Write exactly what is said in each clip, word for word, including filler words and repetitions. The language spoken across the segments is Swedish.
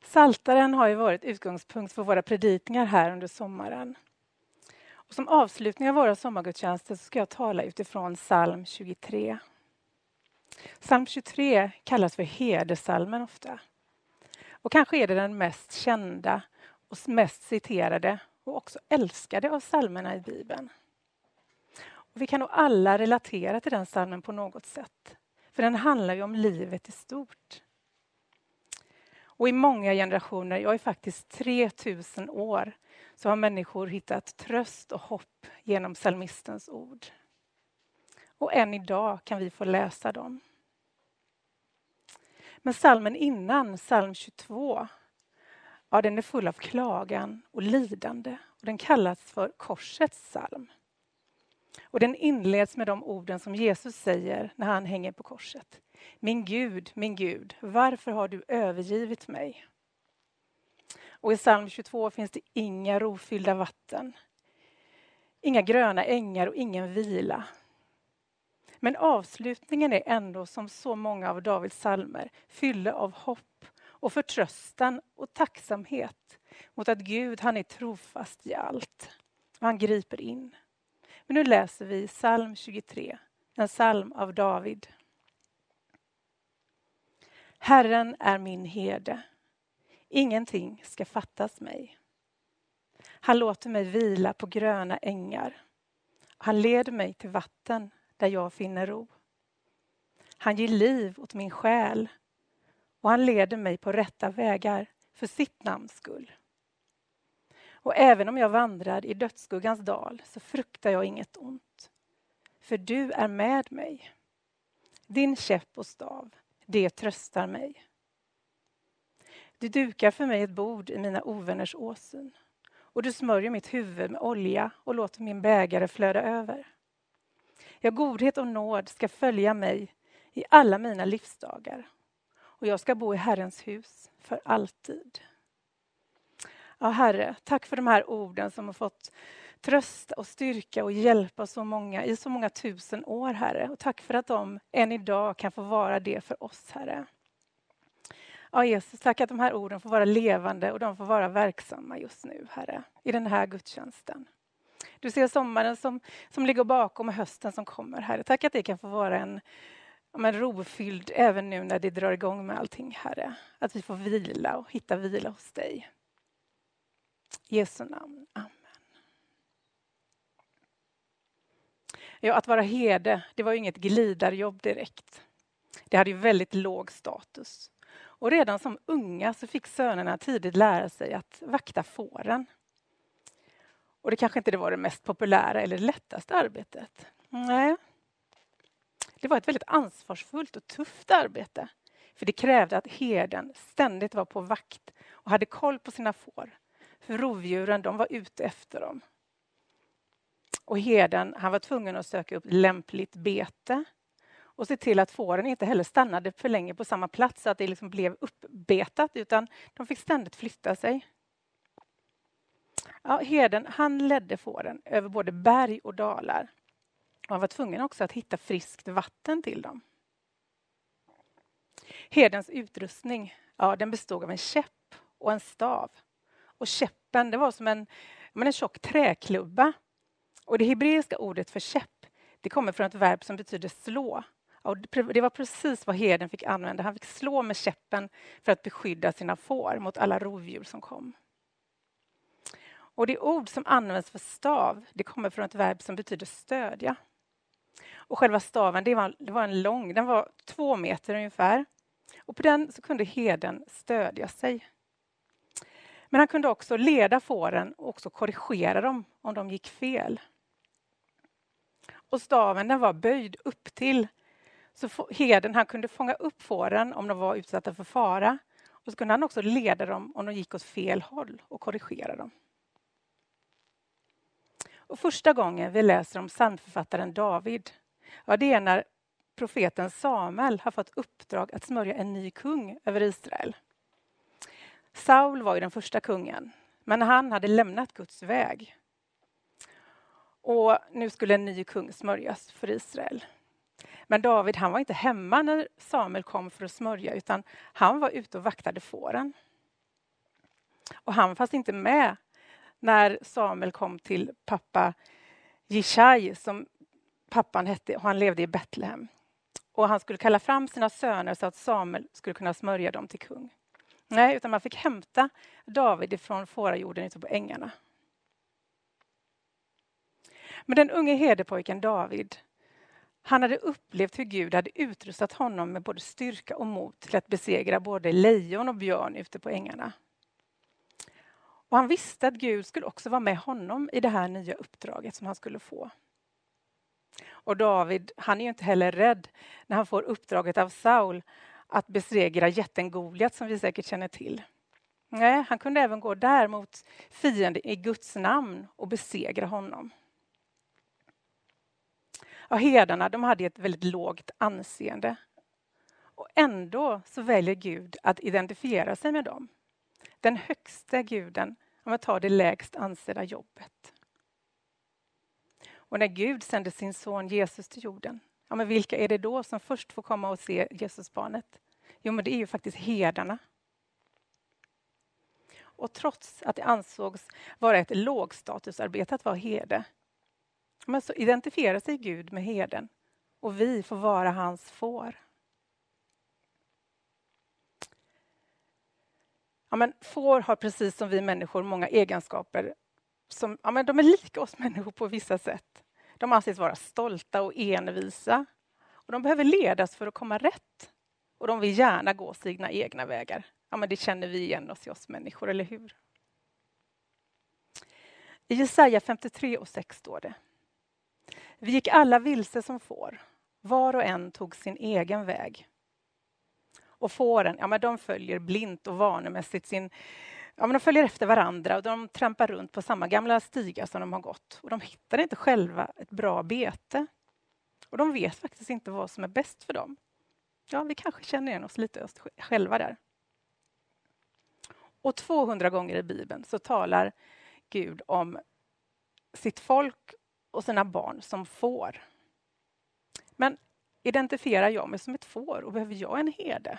Psaltaren har ju varit utgångspunkt för våra predikningar här under sommaren. Och som avslutning av våra sommargudstjänster så ska jag tala utifrån psalm tjugotre. Psalm tjugotre kallas för hedersalmen ofta. Och kanske är det den mest kända och mest citerade och också älskade av psalmerna i Bibeln. Och vi kan nog alla relatera till den psalmen på något sätt. För den handlar ju om livet i stort. Och i många generationer, ja i faktiskt tre tusen år, så har människor hittat tröst och hopp genom psalmistens ord. Och än idag kan vi få läsa dem. Men psalmen innan, psalm tjugotvå, ja, den är full av klagan och lidande. Och den kallas för korsets psalm. Och den inleds med de orden som Jesus säger när han hänger på korset. Min Gud, min Gud, varför har du övergivit mig? Och i psalm tjugotvå finns det inga rofyllda vatten. Inga gröna ängar och ingen vila. Men avslutningen är ändå som så många av Davids psalmer fyllda av hopp och förtröstan och tacksamhet mot att Gud, han är trofast i allt. Och han griper in. Men nu läser vi psalm tjugotre, en psalm av David. Herren är min herde. Ingenting ska fattas mig. Han låter mig vila på gröna ängar. Han leder mig till vatten där jag finner ro. Han ger liv åt min själ. Och han leder mig på rätta vägar för sitt namns skull. Och även om jag vandrar i dödsskuggans dal så fruktar jag inget ont. För du är med mig. Din käpp och stav, det tröstar mig. Du dukar för mig ett bord i mina ovänners åsyn. Och du smörjer mitt huvud med olja och låter min bägare flöda över. Ja, godhet och nåd ska följa mig i alla mina livsdagar. Och jag ska bo i Herrens hus för alltid. Ja, Herre, tack för de här orden som har fått trösta och styrka och hjälpa så många i så många tusen år, Herre. Och tack för att de än idag kan få vara det för oss, Herre. Ja, Jesus, tack att de här orden får vara levande och de får vara verksamma just nu, Herre, i den här gudstjänsten. Du ser sommaren som, som ligger bakom och hösten som kommer, Herre. Tack att det kan få vara en, en rofylld även nu när det drar igång med allting, Herre. Att vi får vila och hitta vila hos dig. I Jesu namn. Amen. Ja, att vara herde, det var ju inget glidarjobb direkt. Det hade ju väldigt låg status. Och redan som unga så fick sönerna tidigt lära sig att vakta fåren. Och det kanske inte det var det mest populära eller lättaste arbetet. Nej. Det var ett väldigt ansvarsfullt och tufft arbete. För det krävde att herden ständigt var på vakt och hade koll på sina får. För rovdjuren, de var ute efter dem. Och herden, han var tvungen att söka upp lämpligt bete. Och se till att fåren inte heller stannade för länge på samma plats så att det liksom blev uppbetat. Utan de fick ständigt flytta sig. Ja, herden, han ledde fåren över både berg och dalar. Och han var tvungen också att hitta friskt vatten till dem. Herdens utrustning, ja, den bestod av en käpp och en stav. Och käppen, det var som en, men en tjock träklubba. Och det hebreiska ordet för käpp, det kommer från ett verb som betyder slå. Och det var precis vad herden fick använda. Han fick slå med käppen för att beskydda sina får mot alla rovdjur som kom. Och det ord som används för stav, det kommer från ett verb som betyder stödja. Och själva staven, det var, det var en lång, den var två meter ungefär. Och på den så kunde herden stödja sig. Men han kunde också leda fåren och också korrigera dem om de gick fel. Och staven, den var böjd upp till. Så herden, han kunde fånga upp fåren om de var utsatta för fara. Och så kunde han också leda dem om de gick åt fel håll och korrigera dem. Och första gången vi läser om psalmförfattaren David, ja, det är när profeten Samuel har fått uppdrag att smörja en ny kung över Israel. Saul var ju den första kungen, men han hade lämnat Guds väg. Och nu skulle en ny kung smörjas för Israel. Men David, han var inte hemma när Samuel kom för att smörja, utan han var ute och vaktade fåren. Och han fanns inte med när Samuel kom till pappa Jishai, som pappan hette, och han levde i Betlehem. Och han skulle kalla fram sina söner så att Samuel skulle kunna smörja dem till kung. Nej, utan man fick hämta David ifrån fårajorden ute på ängarna. Men den unge herdepojken David, han hade upplevt hur Gud hade utrustat honom med både styrka och mod till att besegra både lejon och björn ute på ängarna. Och han visste att Gud skulle också vara med honom i det här nya uppdraget som han skulle få. Och David, han är ju inte heller rädd när han får uppdraget av Saul att besegra jätten Goliat, som vi säkert känner till. Nej, han kunde även gå där mot fienden i Guds namn och besegra honom. Ja, herdarna, de hade ett väldigt lågt anseende. Och ändå så väljer Gud att identifiera sig med dem. Den högsta guden, om att ta det lägst ansedda jobbet. Och när Gud sände sin son Jesus till jorden, ja, men vilka är det då som först får komma och se Jesusbarnet? Jo, men det är ju faktiskt herdarna. Och trots att det ansågs vara ett lågstatusarbete att vara herde, men så identifierar sig Gud med herden och vi får vara hans får. Ja, men får har precis som vi människor många egenskaper som, ja, men de är lika oss människor på vissa sätt. De anses vara stolta och envisa. Och de behöver ledas för att komma rätt. Och de vill gärna gå sina egna vägar. Ja, men det känner vi igen oss i oss människor, eller hur? I Jesaja femtiotre och sex står det: Vi gick alla vilse som får. Var och en tog sin egen väg. Och fåren, ja, men de följer blint och vanemässigt sin... Ja, men de följer efter varandra och de trampar runt på samma gamla stigar som de har gått. Och de hittar inte själva ett bra bete. Och de vet faktiskt inte vad som är bäst för dem. Ja, vi kanske känner igen oss lite oss själva där. Och tvåhundra gånger i Bibeln så talar Gud om sitt folk och sina barn som får. Men identifierar jag mig som ett får och behöver jag en herde?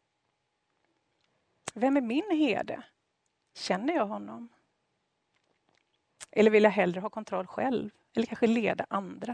Vem är min herde? Känner jag honom? Eller vill jag hellre ha kontroll själv? Eller kanske leda andra?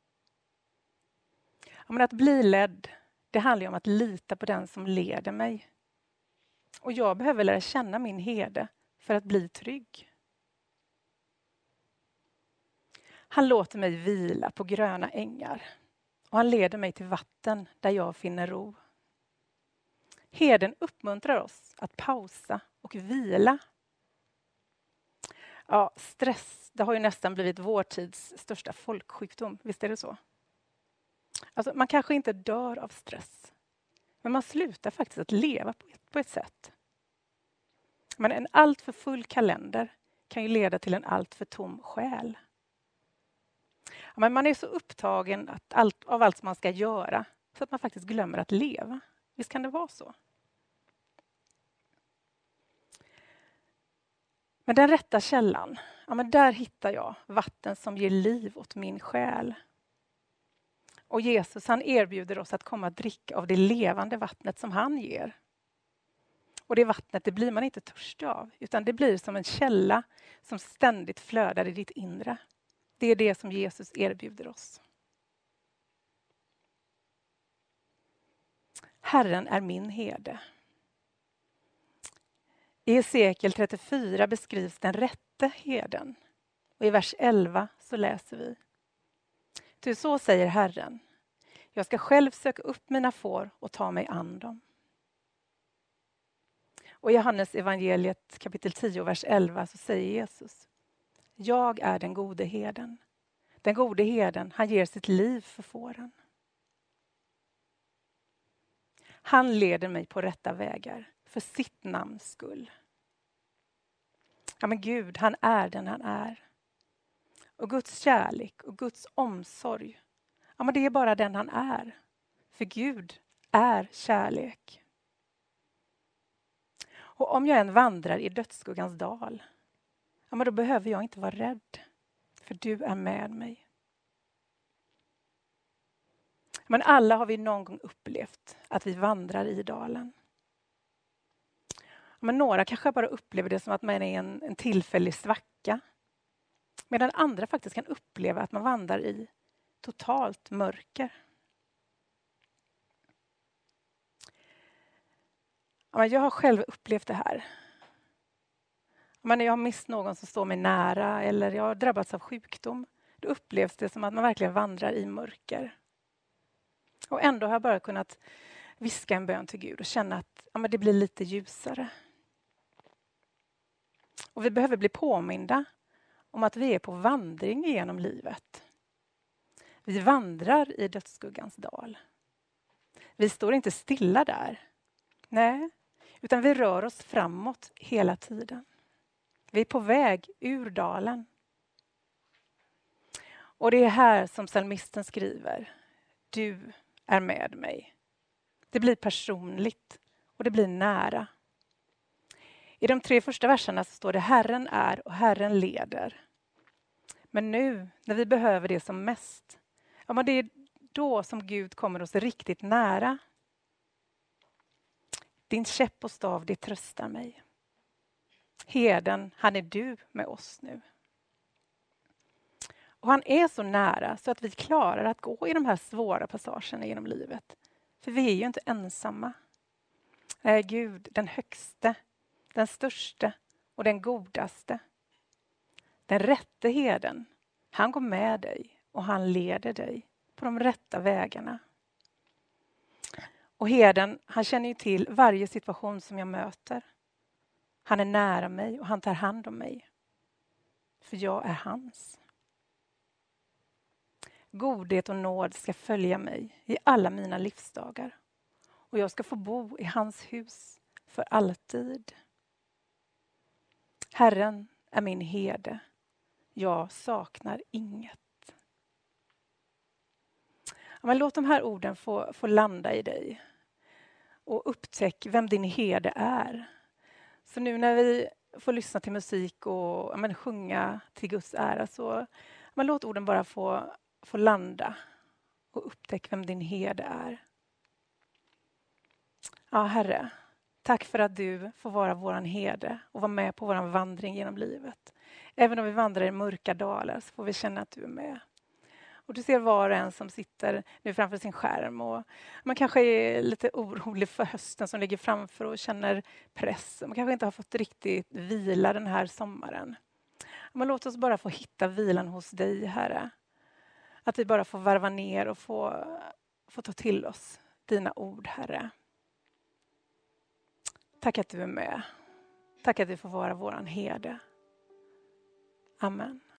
Ja, men att bli ledd, det handlar om att lita på den som leder mig. Och jag behöver lära känna min herde för att bli trygg. Han låter mig vila på gröna ängar. Och han leder mig till vatten där jag finner ro. Herden uppmuntrar oss att pausa och vila. Ja, stress, det har ju nästan blivit vår tids största folksjukdom. Visst är det så? Alltså, man kanske inte dör av stress. Men man slutar faktiskt att leva på ett, på ett sätt. Men en allt för full kalender kan ju leda till en allt för tom själ. Ja, men man är så upptagen att allt, av allt som man ska göra så att man faktiskt glömmer att leva. Visst kan det vara så? Men den rätta källan, ja, men där hittar jag vatten som ger liv åt min själ. Och Jesus, han erbjuder oss att komma och dricka av det levande vattnet som han ger. Och det vattnet, det blir man inte törstig av, utan det blir som en källa som ständigt flödar i ditt inre. Det är det som Jesus erbjuder oss. Herren är min herde. I Hesekiel trettiofyra beskrivs den rätte herden. Och i vers elva så läser vi: Ty så säger Herren, jag ska själv söka upp mina får och ta mig an dem. Och i Johannes evangeliet kapitel tio, vers elva så säger Jesus: Jag är den gode herden. Den gode herden, han ger sitt liv för fåren. Han leder mig på rätta vägar för sitt namns skull. Ja, men Gud, han är den han är. Och Guds kärlek och Guds omsorg, ja, men det är bara den han är. För Gud är kärlek. Och om jag än vandrar i dödsskuggans dal, ja, men då behöver jag inte vara rädd. För du är med mig. Men alla har vi någon gång upplevt att vi vandrar i dalen. Men några kanske bara upplever det som att man är en, en tillfällig svacka. Medan andra faktiskt kan uppleva att man vandrar i totalt mörker. Ja, jag har själv upplevt det här. När jag har mist någon som står mig nära eller jag har drabbats av sjukdom, då upplevs det som att man verkligen vandrar i mörker. Och ändå har jag bara kunnat viska en bön till Gud och känna att ja, men det blir lite ljusare. Och vi behöver bli påminda om att vi är på vandring genom livet. Vi vandrar i dödsskuggans dal. Vi står inte stilla där. Nej, utan vi rör oss framåt hela tiden. Vi är på väg ur dalen. Och det är här som psalmisten skriver: du är med mig. Det blir personligt och det blir nära. I de tre första verserna så står det: Herren är och Herren leder. Men nu när vi behöver det som mest, ja, men det är då som Gud kommer oss riktigt nära. Din käpp och stav, det tröstar mig. Herden, han är du med oss nu. Och han är så nära så att vi klarar att gå i de här svåra passagerna genom livet. För vi är ju inte ensamma. Nej, Gud, den högste, den störste och den godaste. Den rätte herden, han går med dig och han leder dig på de rätta vägarna. Och herden, han känner ju till varje situation som jag möter. Han är nära mig och han tar hand om mig. För jag är hans. Godhet och nåd ska följa mig i alla mina livsdagar. Och jag ska få bo i hans hus för alltid. Herren är min herde. Jag saknar inget. Ja, men låt de här orden få, få landa i dig. Och upptäck vem din herde är. Så nu när vi får lyssna till musik och ja, men, sjunga till Guds ära, så ja, men, låt orden bara få, få landa. Och upptäck vem din herde är. Ja, Herre, tack för att du får vara våran herde och vara med på våran vandring genom livet. Även om vi vandrar i mörka dalar så får vi känna att du är med. Och du ser var och en som sitter nu framför sin skärm och man kanske är lite orolig för hösten som ligger framför och känner press. Man kanske inte har fått riktigt vila den här sommaren. Men låt oss bara få hitta vilan hos dig, Herre. Att vi bara får varva ner och få, få ta till oss dina ord, Herre. Tack att du är med. Tack att vi får vara våran herde. Amen.